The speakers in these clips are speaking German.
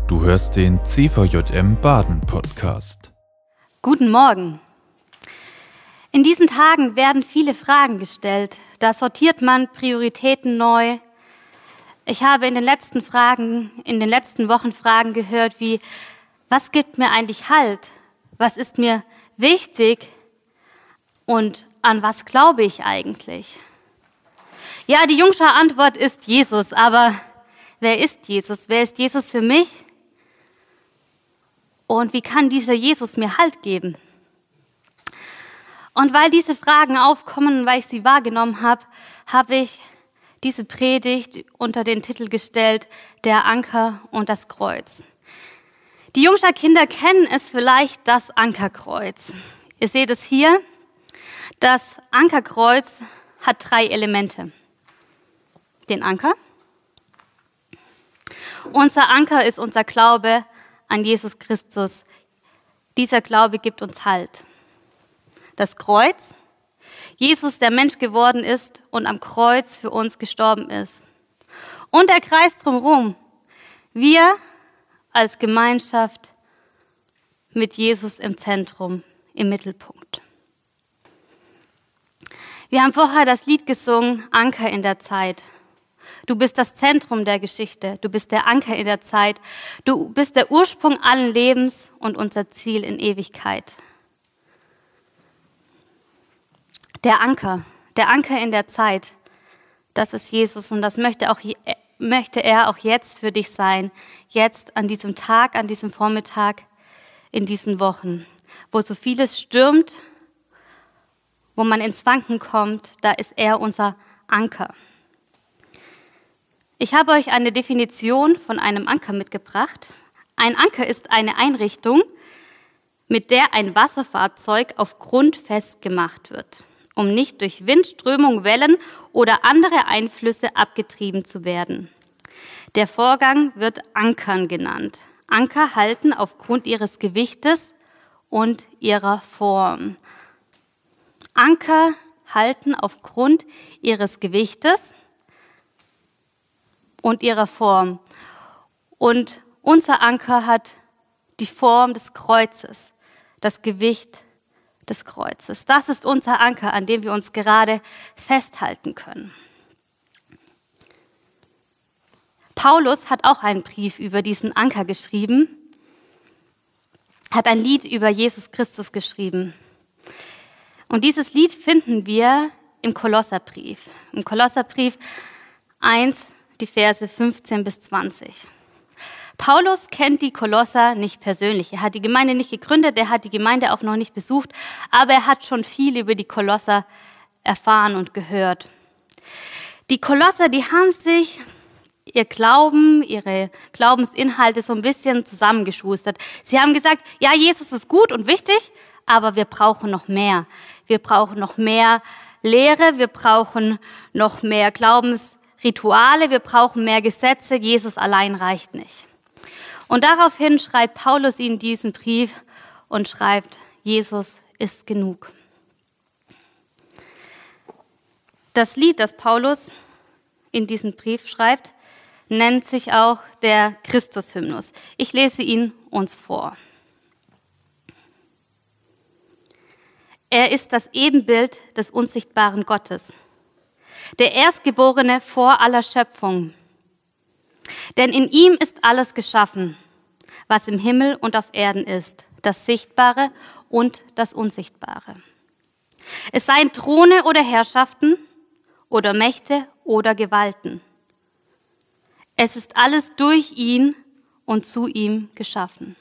Du hörst den CVJM Baden Podcast. Guten Morgen. In diesen Tagen werden viele Fragen gestellt. Da sortiert man Prioritäten neu. Ich habe in den letzten Wochen Fragen gehört wie: Was gibt mir eigentlich Halt? Was ist mir wichtig? Und an was glaube ich eigentlich? Ja, die jungschar Antwort ist Jesus. Aber wer ist Jesus? Wer ist Jesus für mich? Und wie kann dieser Jesus mir Halt geben? Und weil diese Fragen aufkommen und weil ich sie wahrgenommen habe, habe ich diese Predigt unter den Titel gestellt: Der Anker und das Kreuz. Die Jungschar-Kinder kennen es vielleicht, das Ankerkreuz. Ihr seht es hier. Das Ankerkreuz hat 3 Elemente. Den Anker. Unser Anker ist unser Glaube an Jesus Christus. Dieser Glaube gibt uns Halt. Das Kreuz, Jesus, der Mensch geworden ist und am Kreuz für uns gestorben ist. Und der Kreis drumherum, wir als Gemeinschaft mit Jesus im Zentrum, im Mittelpunkt. Wir haben vorher das Lied gesungen, Anker in der Zeit. Du bist das Zentrum der Geschichte, du bist der Anker in der Zeit, du bist der Ursprung allen Lebens und unser Ziel in Ewigkeit. Der Anker in der Zeit, das ist Jesus und das möchte er auch jetzt für dich sein, jetzt an diesem Tag, an diesem Vormittag, in diesen Wochen, wo so vieles stürmt, wo man ins Wanken kommt, da ist er unser Anker. Ich habe euch eine Definition von einem Anker mitgebracht. Ein Anker ist eine Einrichtung, mit der ein Wasserfahrzeug auf Grund festgemacht wird, um nicht durch Wind, Strömung, Wellen oder andere Einflüsse abgetrieben zu werden. Der Vorgang wird Ankern genannt. Anker halten aufgrund ihres Gewichtes und ihrer Form. Anker halten aufgrund ihres Gewichtes und ihrer Form. Und unser Anker hat die Form des Kreuzes, das Gewicht des Kreuzes. Das ist unser Anker, an dem wir uns gerade festhalten können. Paulus hat auch einen Brief über diesen Anker geschrieben, hat ein Lied über Jesus Christus geschrieben. Und dieses Lied finden wir im Kolosserbrief. Im Kolosserbrief 1, die Verse 15 bis 20. Paulus kennt die Kolosser nicht persönlich. Er hat die Gemeinde nicht gegründet, er hat die Gemeinde auch noch nicht besucht, aber er hat schon viel über die Kolosser erfahren und gehört. Die Kolosser, die haben sich ihr Glauben, ihre Glaubensinhalte so ein bisschen zusammengeschustert. Sie haben gesagt, ja, Jesus ist gut und wichtig, aber wir brauchen noch mehr. Wir brauchen noch mehr Lehre, wir brauchen noch mehr Glaubensrituale, wir brauchen mehr Gesetze. Jesus allein reicht nicht. Und daraufhin schreibt Paulus ihnen diesen Brief und schreibt, Jesus ist genug. Das Lied, das Paulus in diesen Brief schreibt, nennt sich auch der Christus-Hymnus. Ich lese ihn uns vor. Er ist das Ebenbild des unsichtbaren Gottes, der Erstgeborene vor aller Schöpfung. Denn in ihm ist alles geschaffen, was im Himmel und auf Erden ist, das Sichtbare und das Unsichtbare. Es seien Throne oder Herrschaften oder Mächte oder Gewalten. Es ist alles durch ihn und zu ihm geschaffen.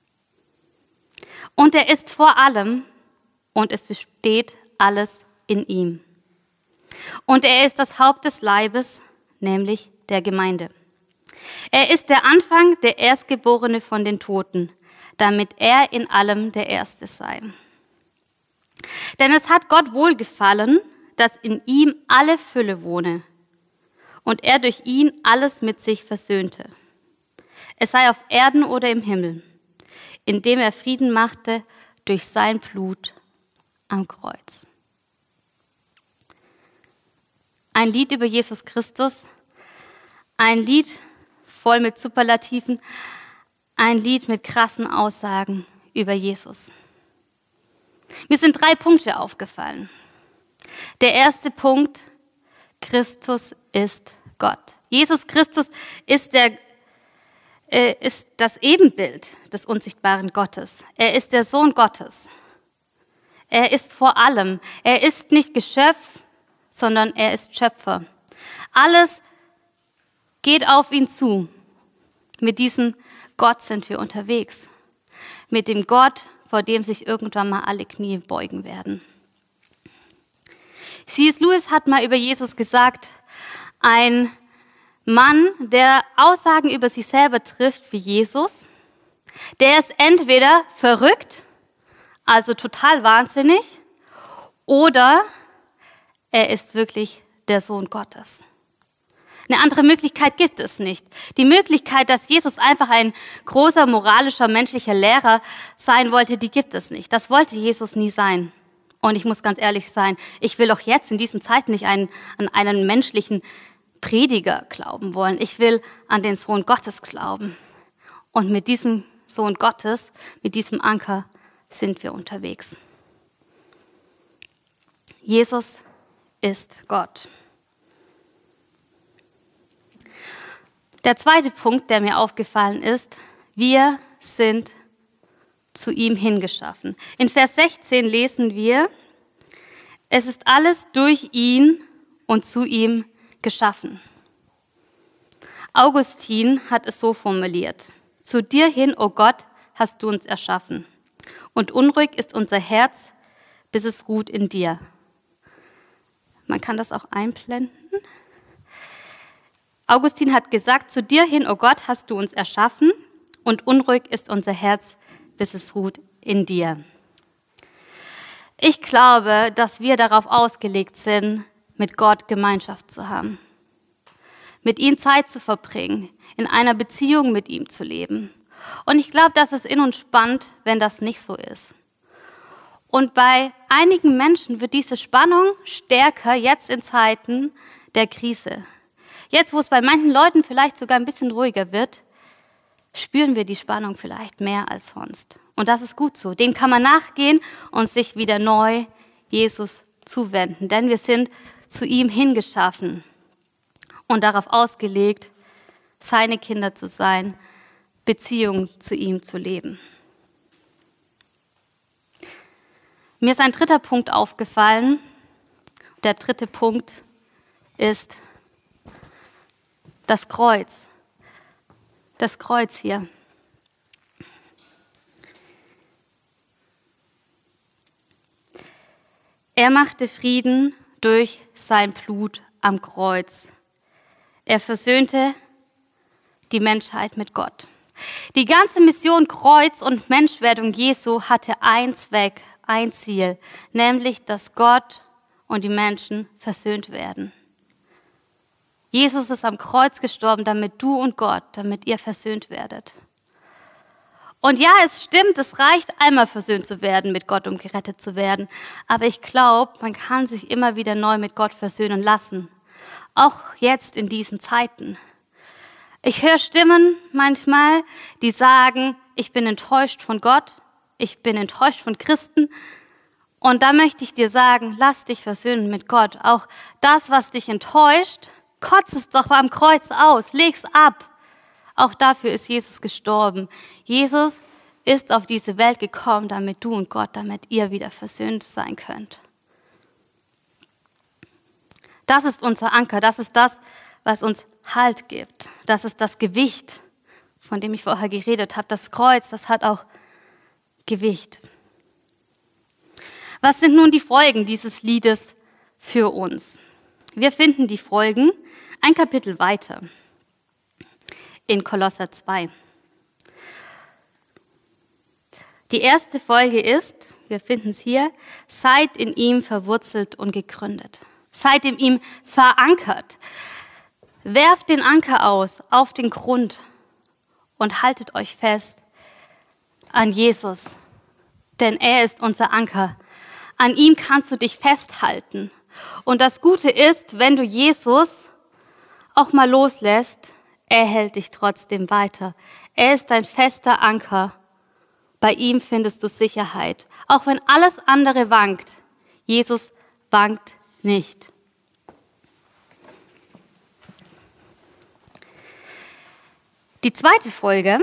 Und er ist vor allem und es besteht alles in ihm. Und er ist das Haupt des Leibes, nämlich der Gemeinde. Er ist der Anfang, der Erstgeborene von den Toten, damit er in allem der Erste sei. Denn es hat Gott wohlgefallen, dass in ihm alle Fülle wohne und er durch ihn alles mit sich versöhnte. Es sei auf Erden oder im Himmel, indem er Frieden machte durch sein Blut am Kreuz. Ein Lied über Jesus Christus, ein Lied voll mit Superlativen, ein Lied mit krassen Aussagen über Jesus. Mir sind 3 Punkte aufgefallen. Der erste Punkt: Christus ist Gott. Jesus Christus ist das Ebenbild des unsichtbaren Gottes. Er ist der Sohn Gottes. Er ist vor allem. Er ist nicht Geschöpf, sondern er ist Schöpfer. Alles geht auf ihn zu. Mit diesem Gott sind wir unterwegs. Mit dem Gott, vor dem sich irgendwann mal alle Knie beugen werden. C.S. Lewis hat mal über Jesus gesagt, ein Mann, der Aussagen über sich selber trifft wie Jesus, der ist entweder verrückt, also total wahnsinnig, oder er ist wirklich der Sohn Gottes. Eine andere Möglichkeit gibt es nicht. Die Möglichkeit, dass Jesus einfach ein großer moralischer, menschlicher Lehrer sein wollte, die gibt es nicht. Das wollte Jesus nie sein. Und ich muss ganz ehrlich sein, ich will auch jetzt in diesen Zeiten nicht an einen menschlichen Prediger glauben wollen. Ich will an den Sohn Gottes glauben. Und mit diesem Sohn Gottes, mit diesem Anker sind wir unterwegs. Jesus ist Gott. Der zweite Punkt, der mir aufgefallen ist: Wir sind zu ihm hingeschaffen. In Vers 16 lesen wir: Es ist alles durch ihn und zu ihm geschaffen. Augustin hat es so formuliert: Zu dir hin, o Gott, hast du uns erschaffen. Und unruhig ist unser Herz, bis es ruht in dir. Man kann das auch einblenden. Augustin hat gesagt: Zu dir hin, o Gott, hast du uns erschaffen. Und unruhig ist unser Herz, bis es ruht in dir. Ich glaube, dass wir darauf ausgelegt sind, mit Gott Gemeinschaft zu haben, mit ihm Zeit zu verbringen, in einer Beziehung mit ihm zu leben. Und ich glaube, dass es in uns spannt, wenn das nicht so ist. Und bei einigen Menschen wird diese Spannung stärker jetzt in Zeiten der Krise. Jetzt, wo es bei manchen Leuten vielleicht sogar ein bisschen ruhiger wird, spüren wir die Spannung vielleicht mehr als sonst. Und das ist gut so. Dem kann man nachgehen und sich wieder neu Jesus zuwenden. Denn wir sind zu ihm hingeschaffen und darauf ausgelegt, seine Kinder zu sein, Beziehung zu ihm zu leben. Mir ist ein 3. Punkt aufgefallen. Der 3. Punkt ist das Kreuz. Das Kreuz hier. Er machte Frieden durch sein Blut am Kreuz. Er versöhnte die Menschheit mit Gott. Die ganze Mission Kreuz und Menschwerdung Jesu hatte einen Zweck, ein Ziel, nämlich, dass Gott und die Menschen versöhnt werden. Jesus ist am Kreuz gestorben, damit du und Gott, damit ihr versöhnt werdet. Und ja, es stimmt, es reicht einmal versöhnt zu werden mit Gott, um gerettet zu werden. Aber ich glaube, man kann sich immer wieder neu mit Gott versöhnen lassen. Auch jetzt in diesen Zeiten. Ich höre Stimmen manchmal, die sagen, ich bin enttäuscht von Gott, ich bin enttäuscht von Christen. Und da möchte ich dir sagen, lass dich versöhnen mit Gott. Auch das, was dich enttäuscht, kotz es doch am Kreuz aus, leg's ab. Auch dafür ist Jesus gestorben. Jesus ist auf diese Welt gekommen, damit du und Gott, damit ihr wieder versöhnt sein könnt. Das ist unser Anker, das ist das, was uns Halt gibt. Das ist das Gewicht, von dem ich vorher geredet habe. Das Kreuz, das hat auch Gewicht. Was sind nun die Folgen dieses Liedes für uns? Wir finden die Folgen ein Kapitel weiter in Kolosser 2. Die erste Folge ist, wir finden es hier: Seid in ihm verwurzelt und gegründet. Seid in ihm verankert. Werft den Anker aus auf den Grund und haltet euch fest an Jesus, denn er ist unser Anker. An ihm kannst du dich festhalten. Und das Gute ist, wenn du Jesus auch mal loslässt, Er hält dich trotzdem weiter. Er ist dein fester Anker. Bei ihm findest du Sicherheit. Auch wenn alles andere wankt, Jesus wankt nicht. Die zweite Folge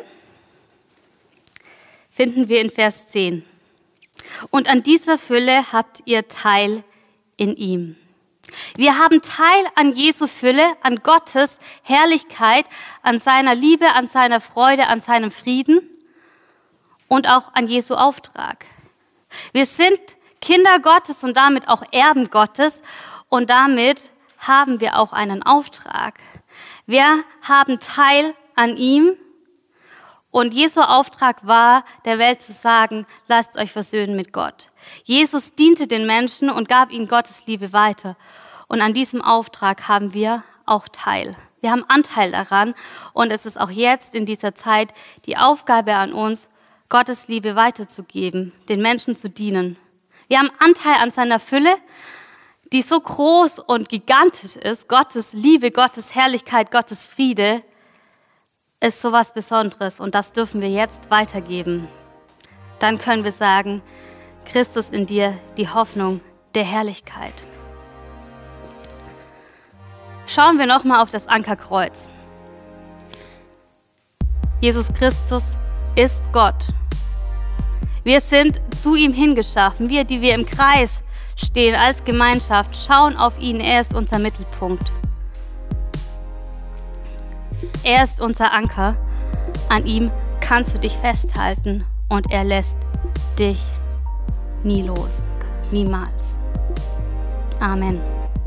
finden wir in Vers 10. Und an dieser Fülle habt ihr Teil in ihm. Wir haben Teil an Jesu Fülle, an Gottes Herrlichkeit, an seiner Liebe, an seiner Freude, an seinem Frieden und auch an Jesu Auftrag. Wir sind Kinder Gottes und damit auch Erben Gottes und damit haben wir auch einen Auftrag. Wir haben Teil an ihm und Jesu Auftrag war, der Welt zu sagen, lasst euch versöhnen mit Gott. Jesus diente den Menschen und gab ihnen Gottes Liebe weiter. Und an diesem Auftrag haben wir auch Teil. Wir haben Anteil daran und es ist auch jetzt in dieser Zeit die Aufgabe an uns, Gottes Liebe weiterzugeben, den Menschen zu dienen. Wir haben Anteil an seiner Fülle, die so groß und gigantisch ist. Gottes Liebe, Gottes Herrlichkeit, Gottes Friede ist so was Besonderes und das dürfen wir jetzt weitergeben. Dann können wir sagen, Christus in dir, die Hoffnung der Herrlichkeit. Schauen wir nochmal auf das Ankerkreuz. Jesus Christus ist Gott. Wir sind zu ihm hingeschaffen. Wir, die wir im Kreis stehen als Gemeinschaft, schauen auf ihn. Er ist unser Mittelpunkt. Er ist unser Anker. An ihm kannst du dich festhalten und er lässt dich nie los. Niemals. Amen.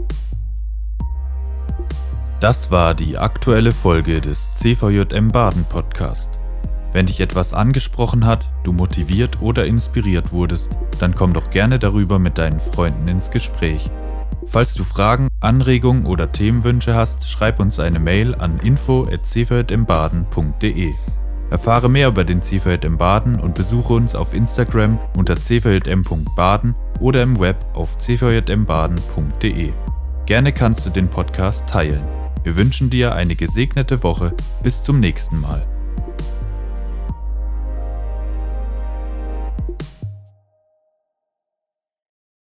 Das war die aktuelle Folge des CVJM Baden Podcast. Wenn dich etwas angesprochen hat, du motiviert oder inspiriert wurdest, dann komm doch gerne darüber mit deinen Freunden ins Gespräch. Falls du Fragen, Anregungen oder Themenwünsche hast, schreib uns eine Mail an info@cvjmbaden.de. Erfahre mehr über den CVJM Baden und besuche uns auf Instagram unter cvjm.baden oder im Web auf cvjmbaden.de. Gerne kannst du den Podcast teilen. Wir wünschen dir eine gesegnete Woche. Bis zum nächsten Mal.